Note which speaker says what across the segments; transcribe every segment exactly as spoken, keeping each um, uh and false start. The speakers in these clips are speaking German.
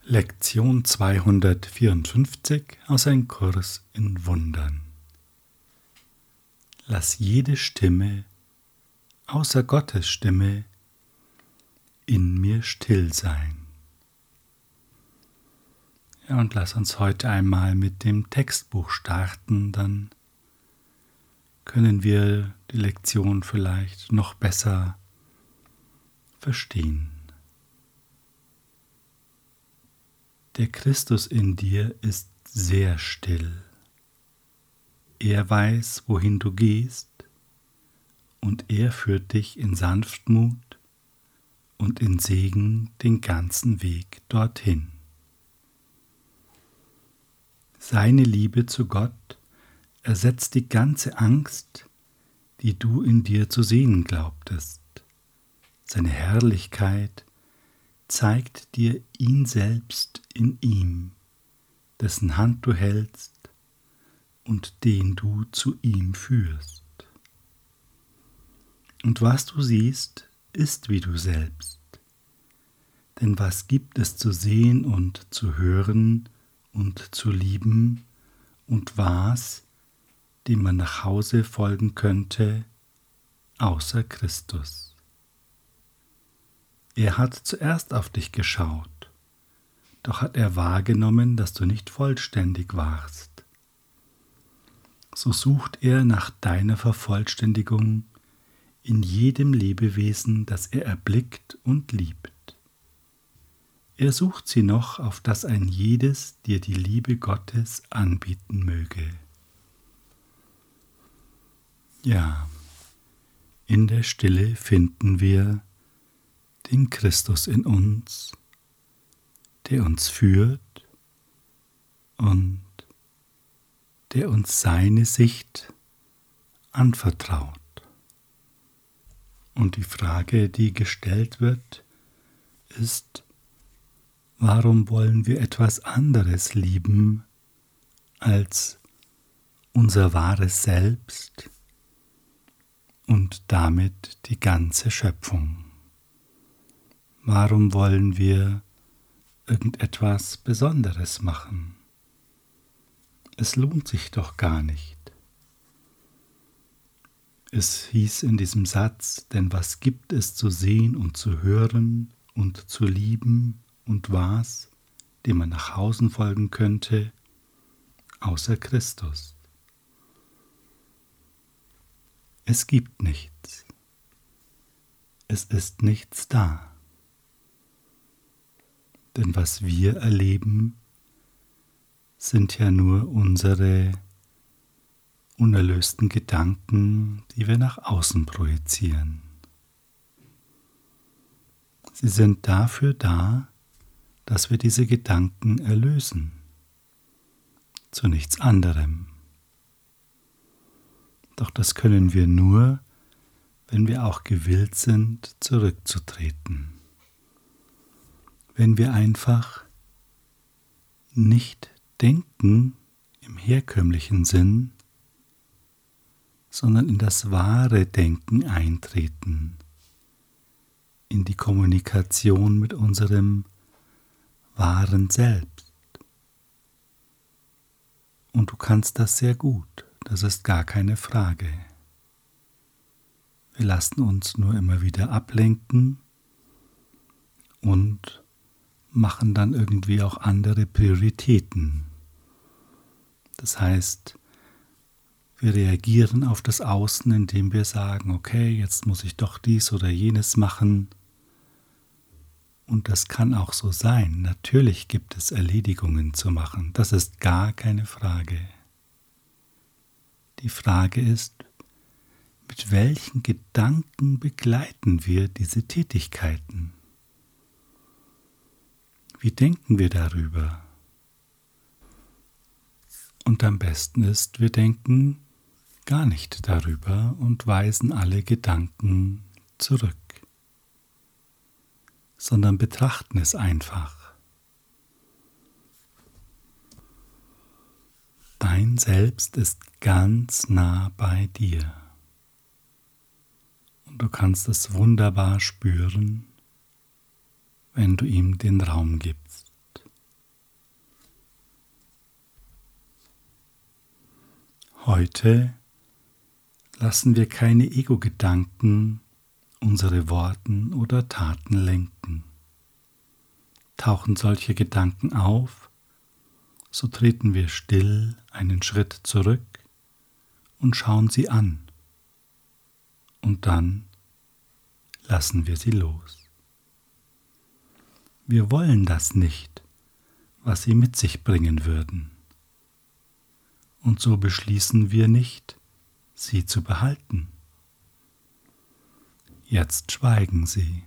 Speaker 1: Lektion zweihundertvierundfünfzig aus Ein Kurs in Wundern. Lass jede Stimme, außer Gottes Stimme, in mir still sein. Ja, und lass uns heute einmal mit dem Textbuch starten, dann können wir die Lektion vielleicht noch besser verstehen. Der Christus in dir ist sehr still. Er weiß, wohin du gehst, und er führt dich in Sanftmut und in Segen den ganzen Weg dorthin. Seine Liebe zu Gott ersetzt die ganze Angst, die du in dir zu sehen glaubtest. Seine Herrlichkeit zeigt dir ihn selbst in ihm, dessen Hand du hältst und den du zu ihm führst. Und was du siehst, ist wie du selbst. Denn was gibt es zu sehen und zu hören und zu lieben und was, dem man nach Hause folgen könnte, außer Christus? Er hat zuerst auf dich geschaut, doch hat er wahrgenommen, dass du nicht vollständig warst. So sucht er nach deiner Vervollständigung in jedem Lebewesen, das er erblickt und liebt. Er sucht sie noch, auf dass ein jedes dir die Liebe Gottes anbieten möge. Ja, in der Stille finden wir den Christus in uns, der uns führt und der uns seine Sicht anvertraut. Und die Frage, die gestellt wird, ist, warum wollen wir etwas anderes lieben als unser wahres Selbst und damit die ganze Schöpfung? Warum wollen wir irgendetwas Besonderes machen? Es lohnt sich doch gar nicht. Es hieß in diesem Satz, denn was gibt es zu sehen und zu hören und zu lieben und was, dem man nach Hause folgen könnte, außer Christus? Es gibt nichts. Es ist nichts da. Denn was wir erleben, sind ja nur unsere unerlösten Gedanken, die wir nach außen projizieren. Sie sind dafür da, dass wir diese Gedanken erlösen, zu nichts anderem. Doch das können wir nur, wenn wir auch gewillt sind, zurückzutreten. Wenn wir einfach nicht denken im herkömmlichen Sinn, sondern in das wahre Denken eintreten, in die Kommunikation mit unserem wahren Selbst. Und du kannst das sehr gut, das ist gar keine Frage. Wir lassen uns nur immer wieder ablenken und machen dann irgendwie auch andere Prioritäten. Das heißt, wir reagieren auf das Außen, indem wir sagen, okay, jetzt muss ich doch dies oder jenes machen. Und das kann auch so sein. Natürlich gibt es Erledigungen zu machen. Das ist gar keine Frage. Die Frage ist, mit welchen Gedanken begleiten wir diese Tätigkeiten? Wie denken wir darüber? Und am besten ist, wir denken gar nicht darüber und weisen alle Gedanken zurück, sondern betrachten es einfach. Dein Selbst ist ganz nah bei dir und du kannst es wunderbar spüren, wenn du ihm den Raum gibst. Heute lassen wir keine Ego-Gedanken unsere Worten oder Taten lenken. Tauchen solche Gedanken auf, so treten wir still einen Schritt zurück und schauen sie an. Und dann lassen wir sie los. Wir wollen das nicht, was sie mit sich bringen würden. Und so beschließen wir nicht, sie zu behalten. Jetzt schweigen sie.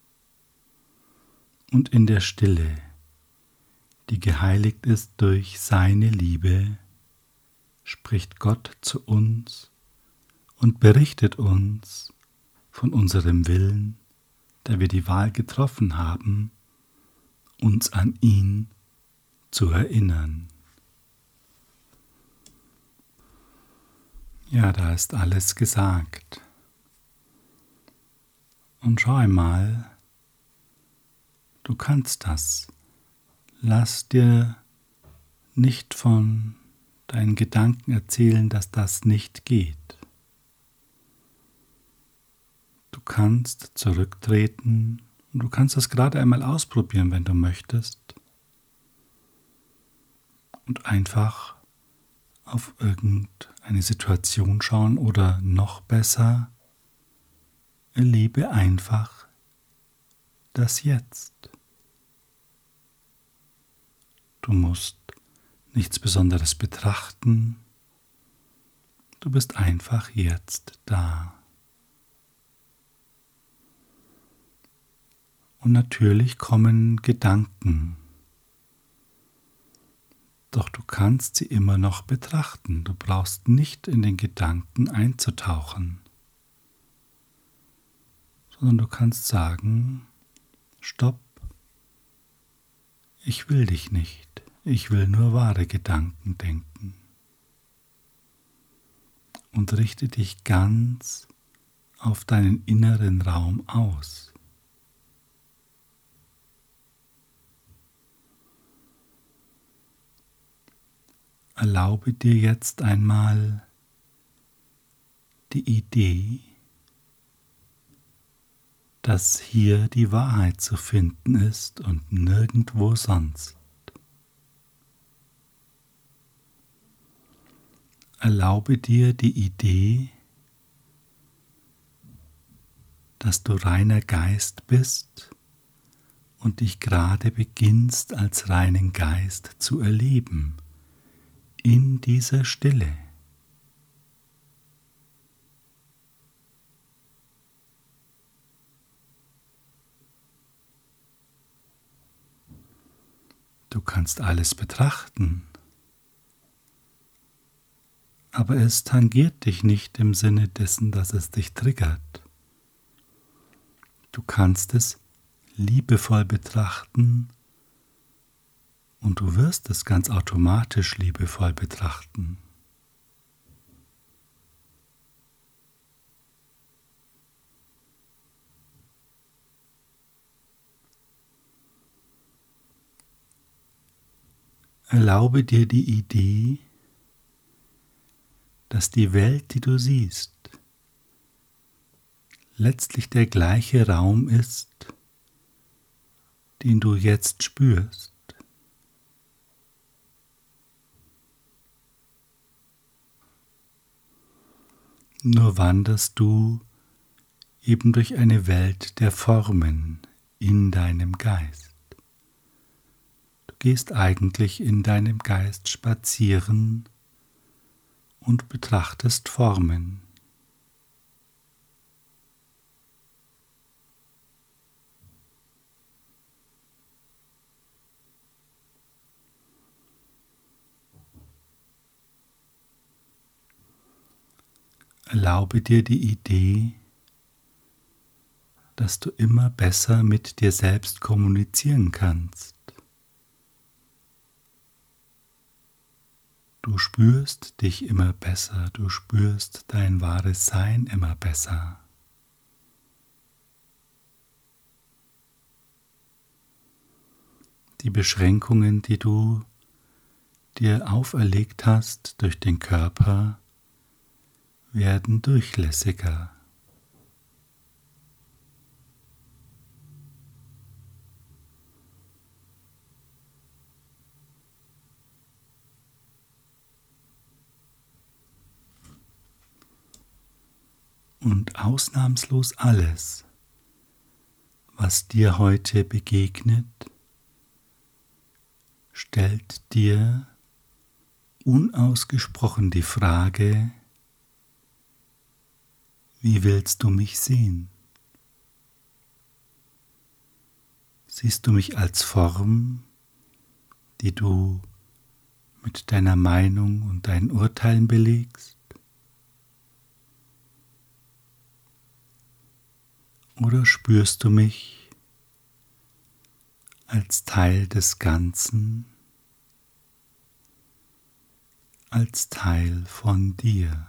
Speaker 1: Und in der Stille, die geheiligt ist durch seine Liebe, spricht Gott zu uns und berichtet uns von unserem Willen, da wir die Wahl getroffen haben, uns an ihn zu erinnern. Ja, da ist alles gesagt. Und schau einmal, du kannst das. Lass dir nicht von deinen Gedanken erzählen, dass das nicht geht. Du kannst zurücktreten und du kannst das gerade einmal ausprobieren, wenn du möchtest. Und einfach auf irgendeine Situation schauen oder noch besser, erlebe einfach das Jetzt. Du musst nichts Besonderes betrachten, du bist einfach jetzt da. Und natürlich kommen Gedanken, doch du kannst sie immer noch betrachten. Du brauchst nicht in den Gedanken einzutauchen, sondern du kannst sagen, stopp, ich will dich nicht, ich will nur wahre Gedanken denken. Und richte dich ganz auf deinen inneren Raum aus. Erlaube dir jetzt einmal die Idee, dass hier die Wahrheit zu finden ist und nirgendwo sonst. Erlaube dir die Idee, dass du reiner Geist bist und dich gerade beginnst als reinen Geist zu erleben. In dieser Stille. Du kannst alles betrachten, aber es tangiert dich nicht im Sinne dessen, dass es dich triggert. Du kannst es liebevoll betrachten, und du wirst es ganz automatisch liebevoll betrachten. Erlaube dir die Idee, dass die Welt, die du siehst, letztlich der gleiche Raum ist, den du jetzt spürst. Nur wanderst du eben durch eine Welt der Formen in deinem Geist. Du gehst eigentlich in deinem Geist spazieren und betrachtest Formen. Erlaube dir die Idee, dass du immer besser mit dir selbst kommunizieren kannst. Du spürst dich immer besser, du spürst dein wahres Sein immer besser. Die Beschränkungen, die du dir auferlegt hast durch den Körper, werden durchlässiger. Und ausnahmslos alles, was dir heute begegnet, stellt dir unausgesprochen die Frage: Wie willst du mich sehen? Siehst du mich als Form, die du mit deiner Meinung und deinen Urteilen belegst? Oder spürst du mich als Teil des Ganzen, als Teil von dir?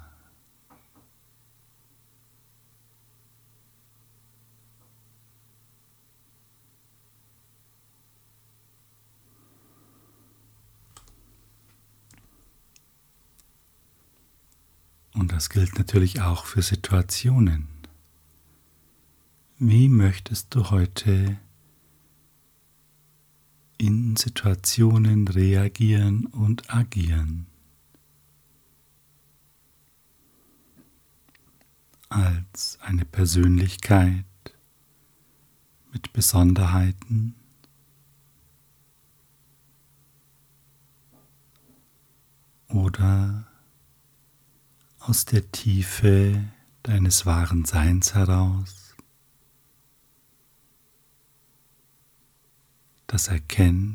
Speaker 1: Und das gilt natürlich auch für Situationen. Wie möchtest du heute in Situationen reagieren und agieren? Als eine Persönlichkeit mit Besonderheiten oder aus der Tiefe deines wahren Seins heraus, das erkennt,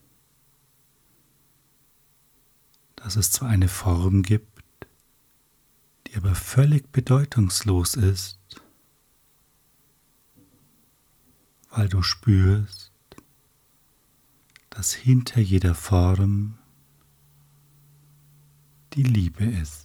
Speaker 1: dass es zwar eine Form gibt, die aber völlig bedeutungslos ist, weil du spürst, dass hinter jeder Form die Liebe ist.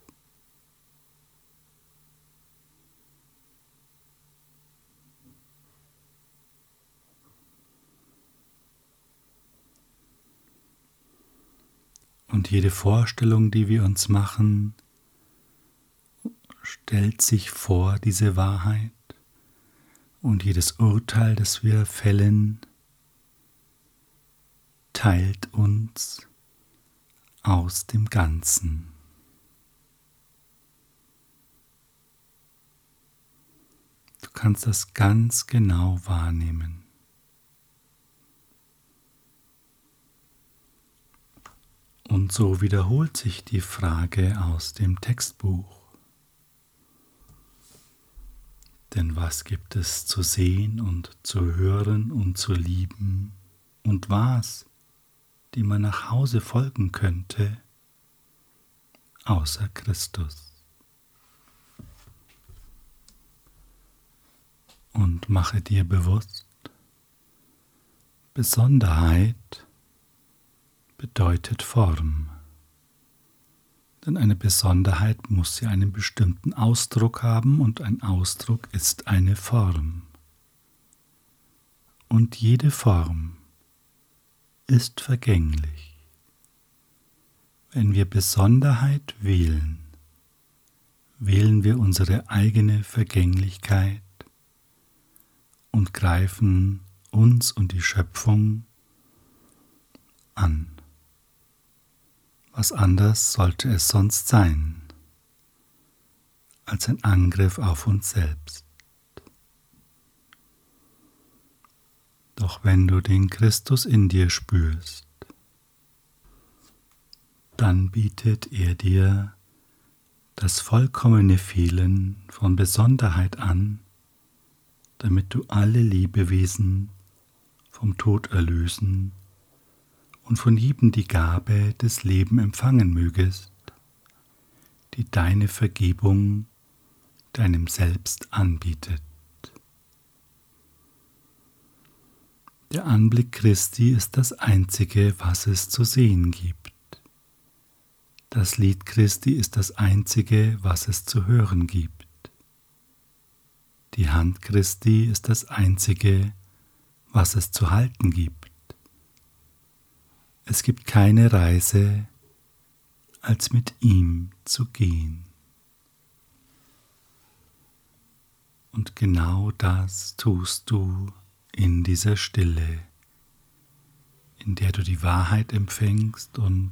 Speaker 1: Und jede Vorstellung, die wir uns machen, stellt sich vor diese Wahrheit, und jedes Urteil, das wir fällen, teilt uns aus dem Ganzen. Du kannst das ganz genau wahrnehmen. Und so wiederholt sich die Frage aus dem Textbuch. Denn was gibt es zu sehen und zu hören und zu lieben und was, die man nach Hause folgen könnte, außer Christus? Und mache dir bewusst, Besonderheit bedeutet Form. Denn eine Besonderheit muss ja einen bestimmten Ausdruck haben, und ein Ausdruck ist eine Form. Und jede Form ist vergänglich. Wenn wir Besonderheit wählen, wählen wir unsere eigene Vergänglichkeit und greifen uns und die Schöpfung an. Was anders sollte es sonst sein, als ein Angriff auf uns selbst. Doch wenn du den Christus in dir spürst, dann bietet er dir das vollkommene Fehlen von Besonderheit an, damit du alle Lebewesen vom Tod erlösen und von jedem die Gabe des Lebens empfangen mögest, die deine Vergebung deinem Selbst anbietet. Der Anblick Christi ist das Einzige, was es zu sehen gibt. Das Lied Christi ist das Einzige, was es zu hören gibt. Die Hand Christi ist das Einzige, was es zu halten gibt. Es gibt keine Reise, als mit ihm zu gehen. Und genau das tust du in dieser Stille, in der du die Wahrheit empfängst, und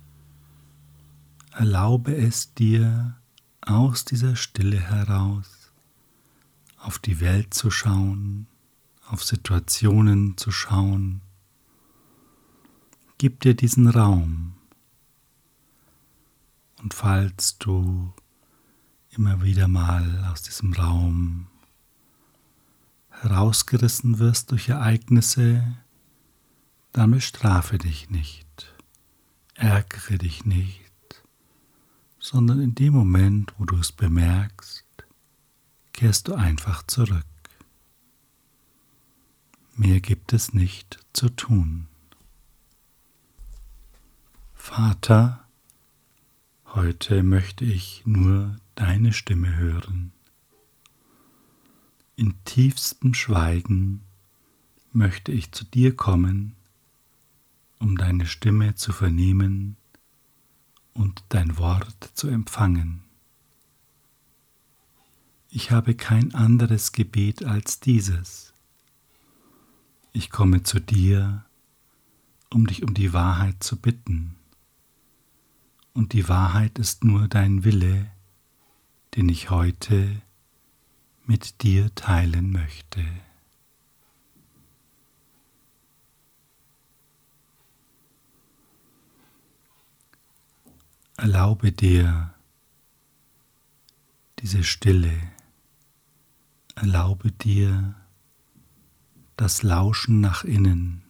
Speaker 1: erlaube es dir, aus dieser Stille heraus auf die Welt zu schauen, auf Situationen zu schauen. Gib dir diesen Raum. Und falls du immer wieder mal aus diesem Raum herausgerissen wirst durch Ereignisse, dann bestrafe dich nicht, ärgere dich nicht, sondern in dem Moment, wo du es bemerkst, kehrst du einfach zurück. Mehr gibt es nicht zu tun. Vater, heute möchte ich nur deine Stimme hören. In tiefstem Schweigen möchte ich zu dir kommen, um deine Stimme zu vernehmen und dein Wort zu empfangen. Ich habe kein anderes Gebet als dieses. Ich komme zu dir, um dich um die Wahrheit zu bitten. Und die Wahrheit ist nur dein Wille, den ich heute mit dir teilen möchte. Erlaube dir diese Stille, erlaube dir das Lauschen nach innen.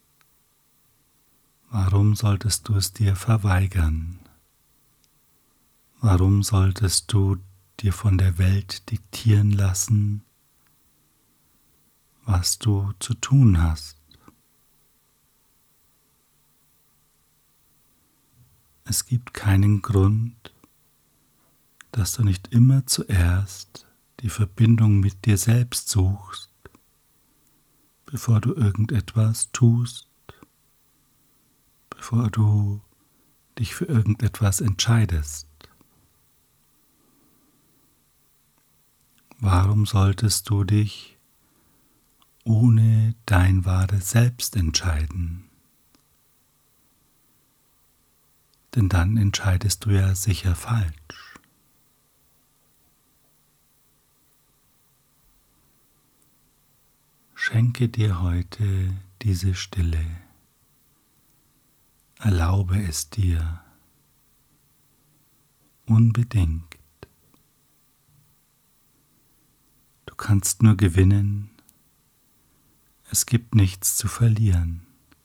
Speaker 1: Warum solltest du es dir verweigern? Warum solltest du dir von der Welt diktieren lassen, was du zu tun hast? Es gibt keinen Grund, dass du nicht immer zuerst die Verbindung mit dir selbst suchst, bevor du irgendetwas tust, bevor du dich für irgendetwas entscheidest. Warum solltest du dich ohne dein wahres Selbst entscheiden? Denn dann entscheidest du ja sicher falsch. Schenke dir heute diese Stille. Erlaube es dir unbedingt. Du kannst nur gewinnen, es gibt nichts zu verlieren.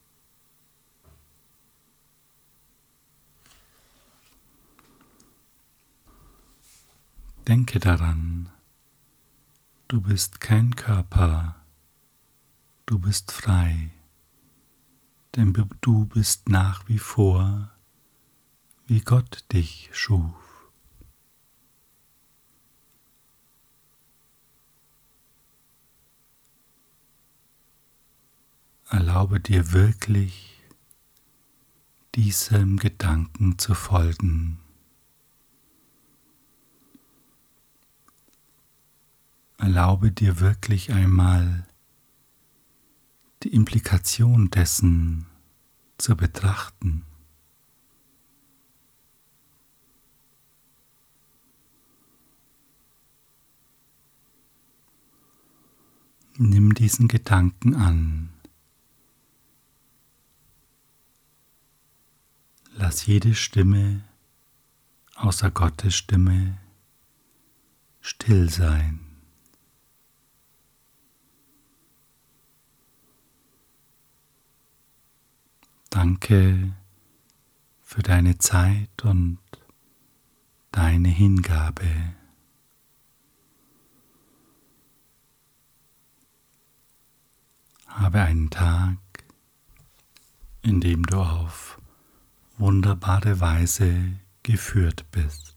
Speaker 1: Denke daran, du bist kein Körper, du bist frei, denn du bist nach wie vor, wie Gott dich schuf. Erlaube dir wirklich, diesem Gedanken zu folgen. Erlaube dir wirklich einmal, die Implikation dessen zu betrachten. Nimm diesen Gedanken an. Lass jede Stimme außer Gottes Stimme still sein. Danke für deine Zeit und deine Hingabe. Habe einen Tag, in dem du auf wunderbare Weise geführt bist.